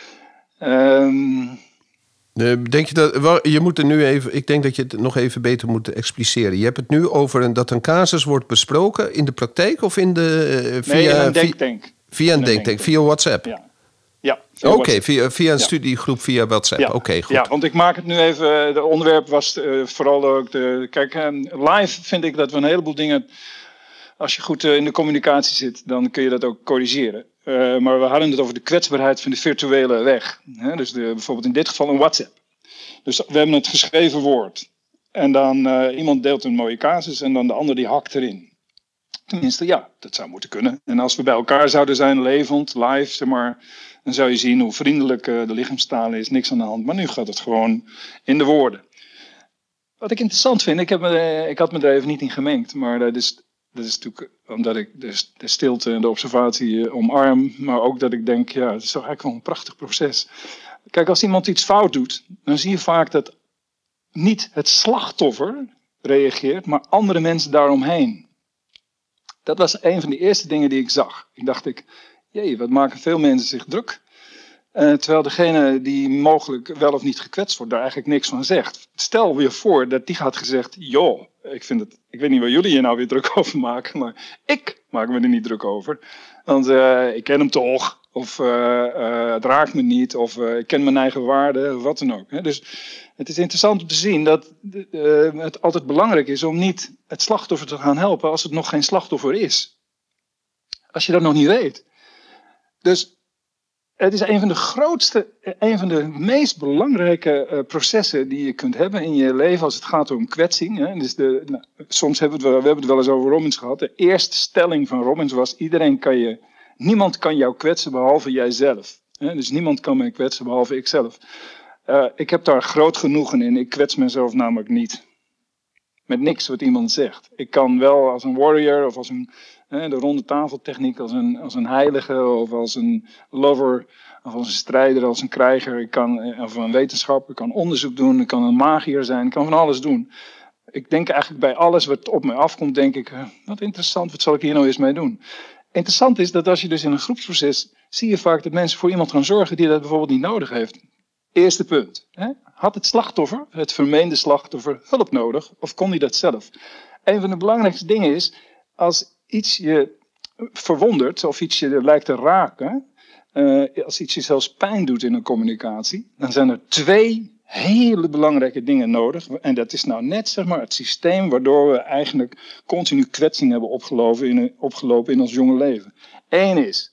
Um, denk je dat... Je moet er nu even... Ik denk dat je het nog even beter moet expliceren. Je hebt het nu over een, dat een casus wordt besproken in de praktijk of in de... Uh, via, nee, in een denktank. Via, via een denktank, denktank, via WhatsApp? Ja. ja Oké, okay, via, via een ja. studiegroep via WhatsApp. Ja. Oké, okay, goed. Ja, want ik maak het nu even... Het onderwerp was uh, vooral ook de... Kijk, um, live vind ik dat we een heleboel dingen... Als je goed uh, in de communicatie zit, dan kun je dat ook corrigeren. Uh, maar we hadden het over de kwetsbaarheid van de virtuele weg. Hè? Dus de, bijvoorbeeld in dit geval een WhatsApp. Dus we hebben het geschreven woord. En dan uh, iemand deelt een mooie casus en dan de ander die hakt erin. Tenminste, ja, dat zou moeten kunnen. En als we bij elkaar zouden zijn, levend, live, zeg maar, dan zou je zien hoe vriendelijk uh, de lichaamstaal is, niks aan de hand. Maar nu gaat het gewoon in de woorden. Wat ik interessant vind, ik, heb me, ik had me er even niet in gemengd, maar dat is... Dat is natuurlijk omdat ik de, de stilte en de observatie omarm. Maar ook dat ik denk, ja, het is toch eigenlijk wel een prachtig proces. Kijk, als iemand iets fout doet, dan zie je vaak dat niet het slachtoffer reageert, maar andere mensen daaromheen. Dat was een van de eerste dingen die ik zag. Ik dacht, ik, jee, wat maken veel mensen zich druk. Uh, terwijl degene die mogelijk wel of niet gekwetst wordt, daar eigenlijk niks van zegt. Stel je voor dat die had gezegd, joh, ik, vind het, ik weet niet waar jullie hier nou weer druk over maken, maar ik maak me er niet druk over. Want uh, ik ken hem toch, of uh, uh, het raakt me niet, of uh, ik ken mijn eigen waarde, of wat dan ook. Hè. Dus het is interessant om te zien dat uh, het altijd belangrijk is om niet het slachtoffer te gaan helpen als het nog geen slachtoffer is. Als je dat nog niet weet. Dus... Het is een van de grootste, een van de meest belangrijke uh, processen die je kunt hebben in je leven als het gaat om kwetsing. Hè. Dus de, nou, soms hebben we, het, we hebben het wel eens over Robbins gehad. De eerste stelling van Robbins was, iedereen kan je, niemand kan jou kwetsen behalve jijzelf. Hè. Dus niemand kan mij kwetsen behalve ikzelf. Uh, ik heb daar groot genoegen in. Ik kwets mezelf namelijk niet. Met niks wat iemand zegt. Ik kan wel als een warrior of als een... de ronde tafeltechniek als een, als een heilige of als een lover of als een strijder, als een krijger. Ik kan, of een wetenschapper, ik kan onderzoek doen, ik kan een magier zijn, ik kan van alles doen. Ik denk eigenlijk bij alles wat op mij afkomt, denk ik, wat interessant, wat zal ik hier nou eens mee doen? Interessant is dat als je dus in een groepsproces, zie je vaak dat mensen voor iemand gaan zorgen die dat bijvoorbeeld niet nodig heeft. Eerste punt. Hè? Had het slachtoffer, het vermeende slachtoffer, hulp nodig of kon hij dat zelf? Een van de belangrijkste dingen is, als iets je verwondert of iets je lijkt te raken, uh, als iets je zelfs pijn doet in een communicatie, dan zijn er twee hele belangrijke dingen nodig. En dat is nou net zeg maar, het systeem waardoor we eigenlijk continu kwetsing hebben opgelopen in, opgelopen in ons jonge leven. Eén is,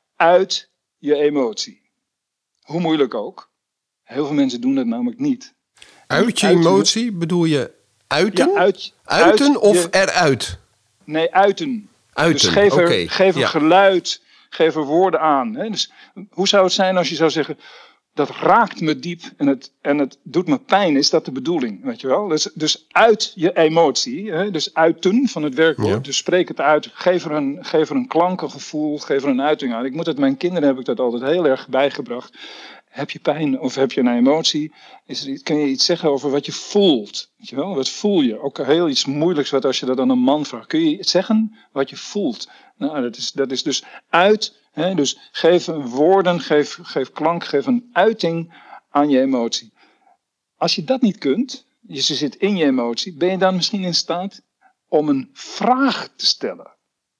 uit je emotie. Hoe moeilijk ook. Heel veel mensen doen dat namelijk niet. Uit je uit emotie? Je... Bedoel je uiten? Ja, uit, uiten uit of je... eruit? Nee, uiten. Uiten, dus geef er, okay. geef er ja. geluid, geef er woorden aan. Hè? Dus hoe zou het zijn als je zou zeggen, dat raakt me diep en het, en het doet me pijn, is dat de bedoeling, weet je wel? Dus, dus uit je emotie, hè? Dus uiten van het werkwoord, ja. Dus spreek het uit, geef er, een, geef er een klank, een gevoel, geef er een uiting aan. Ik moet het, mijn kinderen heb ik dat altijd heel erg bijgebracht. Heb je pijn of heb je een emotie? Is er, kun je iets zeggen over wat je voelt? Weet je wel? Wat voel je? Ook heel iets moeilijks wat als je dat aan een man vraagt. Kun je zeggen wat je voelt? Nou, dat is, dat is dus uit. Hè? Dus geef woorden, geef, geef klank, geef een uiting aan je emotie. Als je dat niet kunt, je zit in je emotie, ben je dan misschien in staat om een vraag te stellen?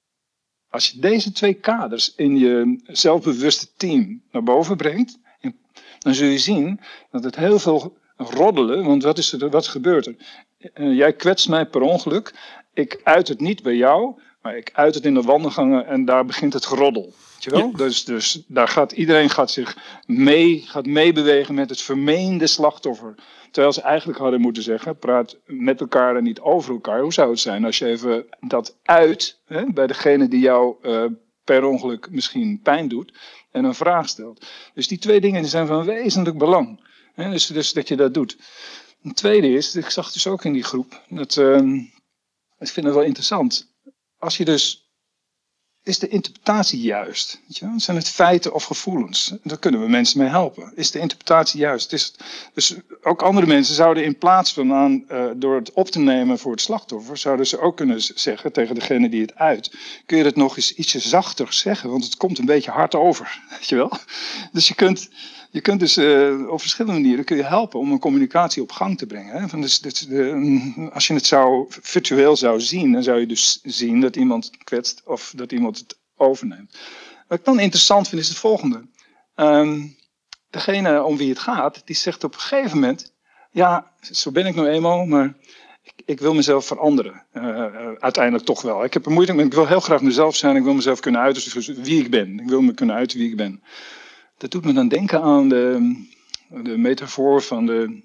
Als je deze twee kaders in je zelfbewuste team naar boven brengt, dan zul je zien dat het heel veel roddelen, want wat, is er, wat gebeurt er? Uh, jij kwetst mij per ongeluk, ik uit het niet bij jou, maar ik uit het in de wandelgangen en daar begint het geroddel. Weet je wel? Ja. Dus, dus daar gaat iedereen gaat zich mee, gaat meebewegen met het vermeende slachtoffer. Terwijl ze eigenlijk hadden moeten zeggen, praat met elkaar en niet over elkaar. Hoe zou het zijn als je even dat uit, hè, bij degene die jou uh, per ongeluk misschien pijn doet, en een vraag stelt. Dus die twee dingen zijn van wezenlijk belang. Hè, dus, dus dat je dat doet. Een tweede is, ik zag dus ook in die groep, dat, uh, ik vind het wel interessant. Als je dus, is de interpretatie juist? Weet je wel? Zijn het feiten of gevoelens? Daar kunnen we mensen mee helpen. Is de interpretatie juist? Is, dus ook andere mensen zouden in plaats van aan, uh, door het op te nemen voor het slachtoffer, zouden ze ook kunnen zeggen tegen degene die het uit, kun je het nog eens ietsje zachter zeggen, want het komt een beetje hard over. Weet je wel? Dus je kunt, je kunt dus uh, op verschillende manieren kun je helpen om een communicatie op gang te brengen. Hè? Van dus, dus, uh, als je het zou, virtueel zou zien, dan zou je dus zien dat iemand kwetst of dat iemand het overneemt. Wat ik dan interessant vind is het volgende. Um, degene om wie het gaat, die zegt op een gegeven moment, ja, zo ben ik nou eenmaal, maar ik, ik wil mezelf veranderen. Uh, uh, uiteindelijk toch wel. Ik heb er moeite mee, ik wil heel graag mezelf zijn, ik wil mezelf kunnen uiten dus wie ik ben. Ik wil me kunnen uiten wie ik ben. Dat doet me dan denken aan de, de metafoor van de,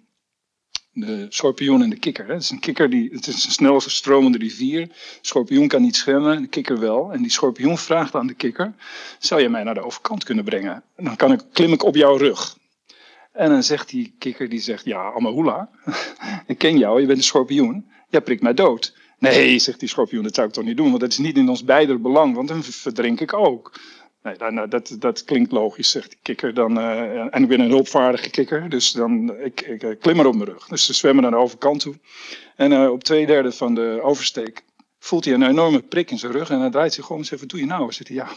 de schorpioen en de kikker. Hè. Het is een kikker, die, het is een snel stromende rivier. De schorpioen kan niet zwemmen, de kikker wel. En die schorpioen vraagt aan de kikker, zou je mij naar de overkant kunnen brengen? En dan kan ik, klim ik op jouw rug. En dan zegt die kikker, die zegt, ja, Amahula, ik ken jou, je bent een schorpioen. Jij prikt mij dood. Nee, zegt die schorpioen, dat zou ik toch niet doen, want dat is niet in ons beider belang, want dan verdrink ik ook. Nee, nou, dat, dat klinkt logisch, zegt die kikker. Dan, uh, en ik ben een hulpvaardige kikker, dus dan, ik, ik uh, klim maar op mijn rug. Dus ze zwemmen naar de overkant toe. En uh, op twee derde van de oversteek voelt hij een enorme prik in zijn rug. En hij draait zich om en zegt, wat doe je nou? Hij zegt, ja,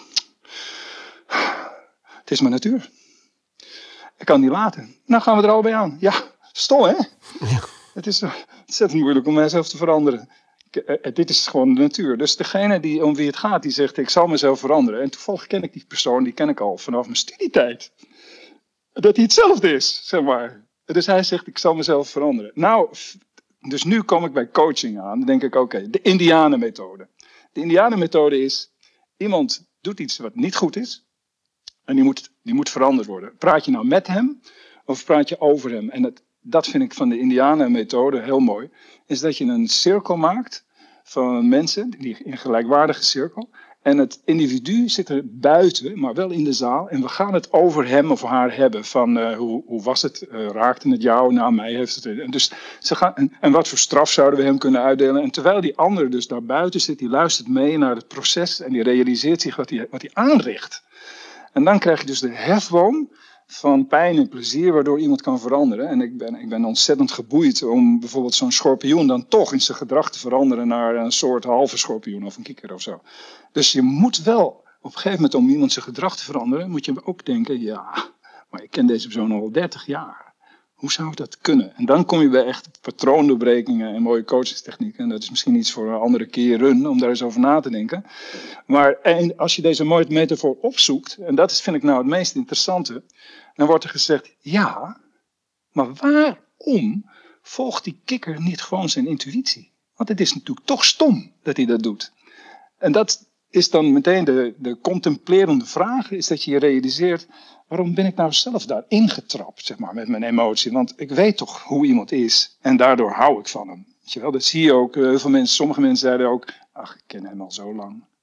het is mijn natuur. Ik kan niet laten. Nou gaan we er allebei aan. Ja, stom hè? Ja. Het is uh, ontzettend moeilijk om mijzelf te veranderen. Dit is gewoon de natuur. Dus degene die, om wie het gaat, die zegt, ik zal mezelf veranderen. En toevallig ken ik die persoon, die ken ik al vanaf mijn studietijd. Dat hij hetzelfde is, zeg maar. Dus hij zegt, ik zal mezelf veranderen. Nou, dus nu kom ik bij coaching aan. Dan denk ik, oké, okay, de Indianenmethode. De Indianenmethode is, iemand doet iets wat niet goed is. En die moet, die moet veranderd worden. Praat je nou met hem, of praat je over hem? En het, dat vind ik van de Indianenmethode heel mooi. Is dat je een cirkel maakt van mensen, die in een gelijkwaardige cirkel. En het individu zit er buiten, maar wel in de zaal. En we gaan het over hem of haar hebben. Van uh, hoe, hoe was het? Uh, raakte het jou? Nou, mij heeft het. En, dus ze gaan, en, en wat voor straf zouden we hem kunnen uitdelen? En terwijl die ander dus daar buiten zit, die luistert mee naar het proces. En die realiseert zich wat hij wat hij aanricht. En dan krijg je dus de hefboom van pijn en plezier, waardoor iemand kan veranderen. En ik ben, ik ben ontzettend geboeid om bijvoorbeeld zo'n schorpioen dan toch in zijn gedrag te veranderen naar een soort halve schorpioen of een kikker of zo. Dus je moet wel, op een gegeven moment om iemand zijn gedrag te veranderen, moet je ook denken, ja, maar ik ken deze persoon al dertig jaar. Hoe zou dat kunnen? En dan kom je bij echt patroondoorbrekingen en mooie coachingstechnieken. En dat is misschien iets voor een andere keren, om daar eens over na te denken. Maar en als je deze mooie metafoor opzoekt, en dat is, vind ik nou het meest interessante, dan wordt er gezegd, ja, maar waarom volgt die kikker niet gewoon zijn intuïtie? Want het is natuurlijk toch stom dat hij dat doet. En dat is dan meteen de, de contemplerende vraag, is dat je je realiseert, waarom ben ik nou zelf daar ingetrapt, zeg maar, met mijn emotie? Want ik weet toch hoe iemand is en daardoor hou ik van hem. Weet je wel? Dat zie je ook, heel veel mensen, sommige mensen zeiden ook, ach, ik ken hem al zo lang.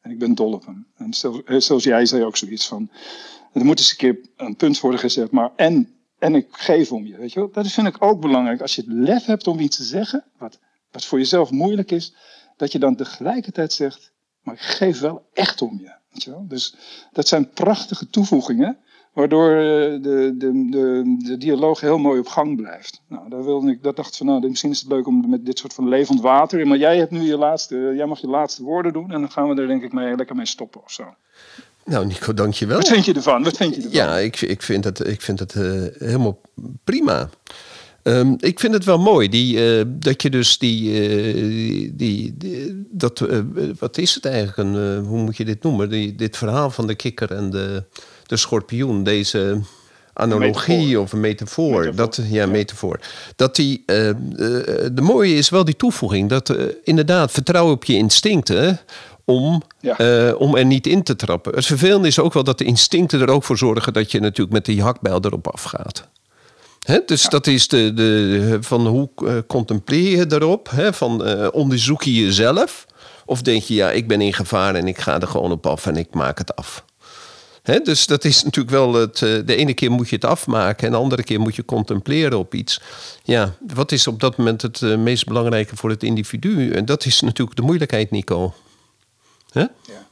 En ik ben dol op hem. En zoals, zoals jij zei ook zoiets van, er moet eens een keer een punt worden gezet, maar en, en ik geef om je, weet je wel. Dat vind ik ook belangrijk. Als je het lef hebt om iets te zeggen, wat, wat voor jezelf moeilijk is, dat je dan tegelijkertijd zegt, maar ik geef wel echt om je. Weet je wel? Dus dat zijn prachtige toevoegingen, waardoor de, de, de, de dialoog heel mooi op gang blijft. Nou, daar wilde ik, dat dacht ik van, nou, misschien is het leuk om met dit soort van levend water. Maar jij hebt nu je laatste, jij mag je laatste woorden doen en dan gaan we er denk ik mee, lekker mee stoppen of zo. Nou, Nico, dank je wel. Wat vind je ervan? Wat vind je ervan? Ja, ik, ik vind het, ik vind het uh, helemaal prima. Um, ik vind het wel mooi die, uh, dat je dus die, uh, die, die dat, uh, wat is het eigenlijk, een, uh, hoe moet je dit noemen? Die, dit verhaal van de kikker en de, de schorpioen, deze analogie metafoor. of een metafoor, metafoor. Dat, ja, ja, metafoor. Dat die, uh, uh, de mooie is wel die toevoeging, dat uh, inderdaad vertrouwen op je instincten. Om, ja. uh, om er niet in te trappen. Het vervelende is ook wel dat de instincten er ook voor zorgen dat je natuurlijk met die hakbijl erop afgaat. He, dus ja. dat is de, de, van hoe uh, contempleer je daarop? He, van uh, onderzoek je jezelf? Of denk je, ja, ik ben in gevaar en ik ga er gewoon op af en ik maak het af. He, dus dat is natuurlijk wel het. Uh, de ene keer moet je het afmaken en de andere keer moet je contempleren op iets. Ja, wat is op dat moment het uh, meest belangrijke voor het individu? En dat is natuurlijk de moeilijkheid, Nico. Huh? Ja.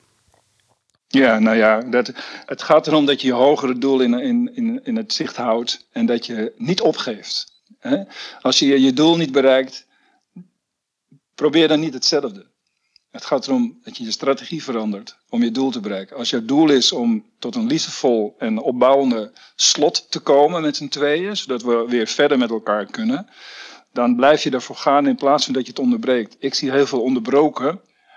ja, nou ja, dat, het gaat erom dat je je hogere doel in, in, in, in het zicht houdt en dat je niet opgeeft. Hè? Als je je doel niet bereikt, probeer dan niet hetzelfde. Het gaat erom dat je je strategie verandert om je doel te bereiken. Als jouw doel is om tot een liefdevol en opbouwende slot te komen met z'n tweeën, zodat we weer verder met elkaar kunnen, dan blijf je daarvoor gaan in plaats van dat je het onderbreekt. Ik zie heel veel onderbroken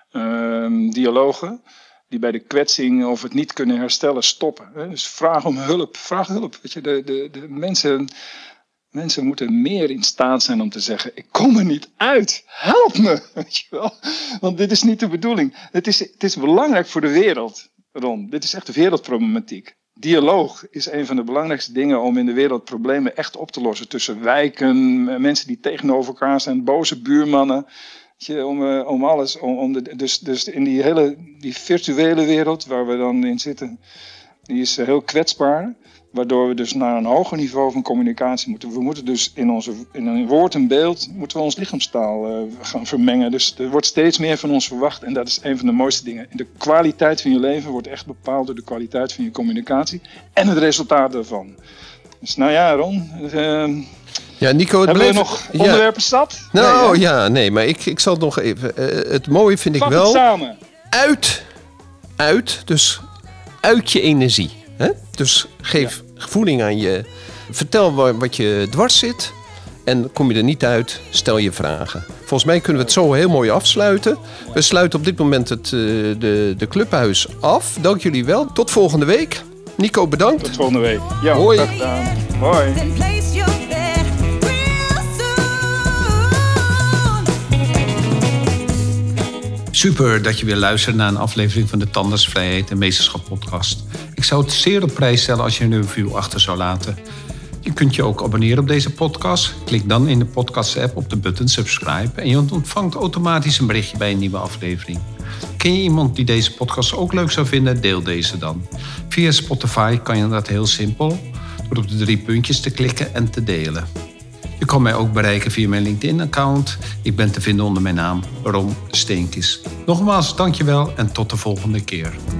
Uh, dialogen die bij de kwetsing of het niet kunnen herstellen stoppen. Hè? Dus vraag om hulp, vraag hulp. Weet je, de, de, de mensen, mensen moeten meer in staat zijn om te zeggen, ik kom er niet uit, help me. Weet je wel? Want dit is niet de bedoeling. Het is, het is belangrijk voor de wereld, Ron. Dit is echt de wereldproblematiek. Dialoog is een van de belangrijkste dingen om in de wereld problemen echt op te lossen. Tussen wijken, mensen die tegenover elkaar zijn, boze buurmannen. Om, uh, om alles, om, om de, dus, dus in die hele die virtuele wereld waar we dan in zitten, die is uh, heel kwetsbaar. Waardoor we dus naar een hoger niveau van communicatie moeten. We moeten dus in, onze, in een woord en beeld moeten we ons lichaamstaal uh, gaan vermengen. Dus er wordt steeds meer van ons verwacht en dat is een van de mooiste dingen. De kwaliteit van je leven wordt echt bepaald door de kwaliteit van je communicatie en het resultaat daarvan. Dus nou ja, Ron. Uh, Ja, Nico, het Hebben bleef... we nog onderwerpen ja. zat? Nou nee, ja, nee, maar ik, ik zal het nog even... Uh, het mooie vind ik Vat wel... het samen. Uit, uit, dus uit je energie. Hè? Dus geef ja. voeding aan je... Vertel wat je dwars zit. En kom je er niet uit, stel je vragen. Volgens mij kunnen we het zo heel mooi afsluiten. We sluiten op dit moment het, uh, de, de clubhuis af. Dank jullie wel. Tot volgende week. Nico, bedankt. Tot volgende week. Ja, hoi. Dag gedaan. Hoi. Super dat je weer luistert naar een aflevering van de Tandartsvrijheid en Meesterschap podcast. Ik zou het zeer op prijs stellen als je een review achter zou laten. Je kunt je ook abonneren op deze podcast. Klik dan in de podcast-app op de button subscribe en je ontvangt automatisch een berichtje bij een nieuwe aflevering. Ken je iemand die deze podcast ook leuk zou vinden? Deel deze dan. Via Spotify kan je dat heel simpel door op de drie puntjes te klikken en te delen. Je kan mij ook bereiken via mijn LinkedIn-account. Ik ben te vinden onder mijn naam Ron Steenkis. Nogmaals, dankjewel en tot de volgende keer.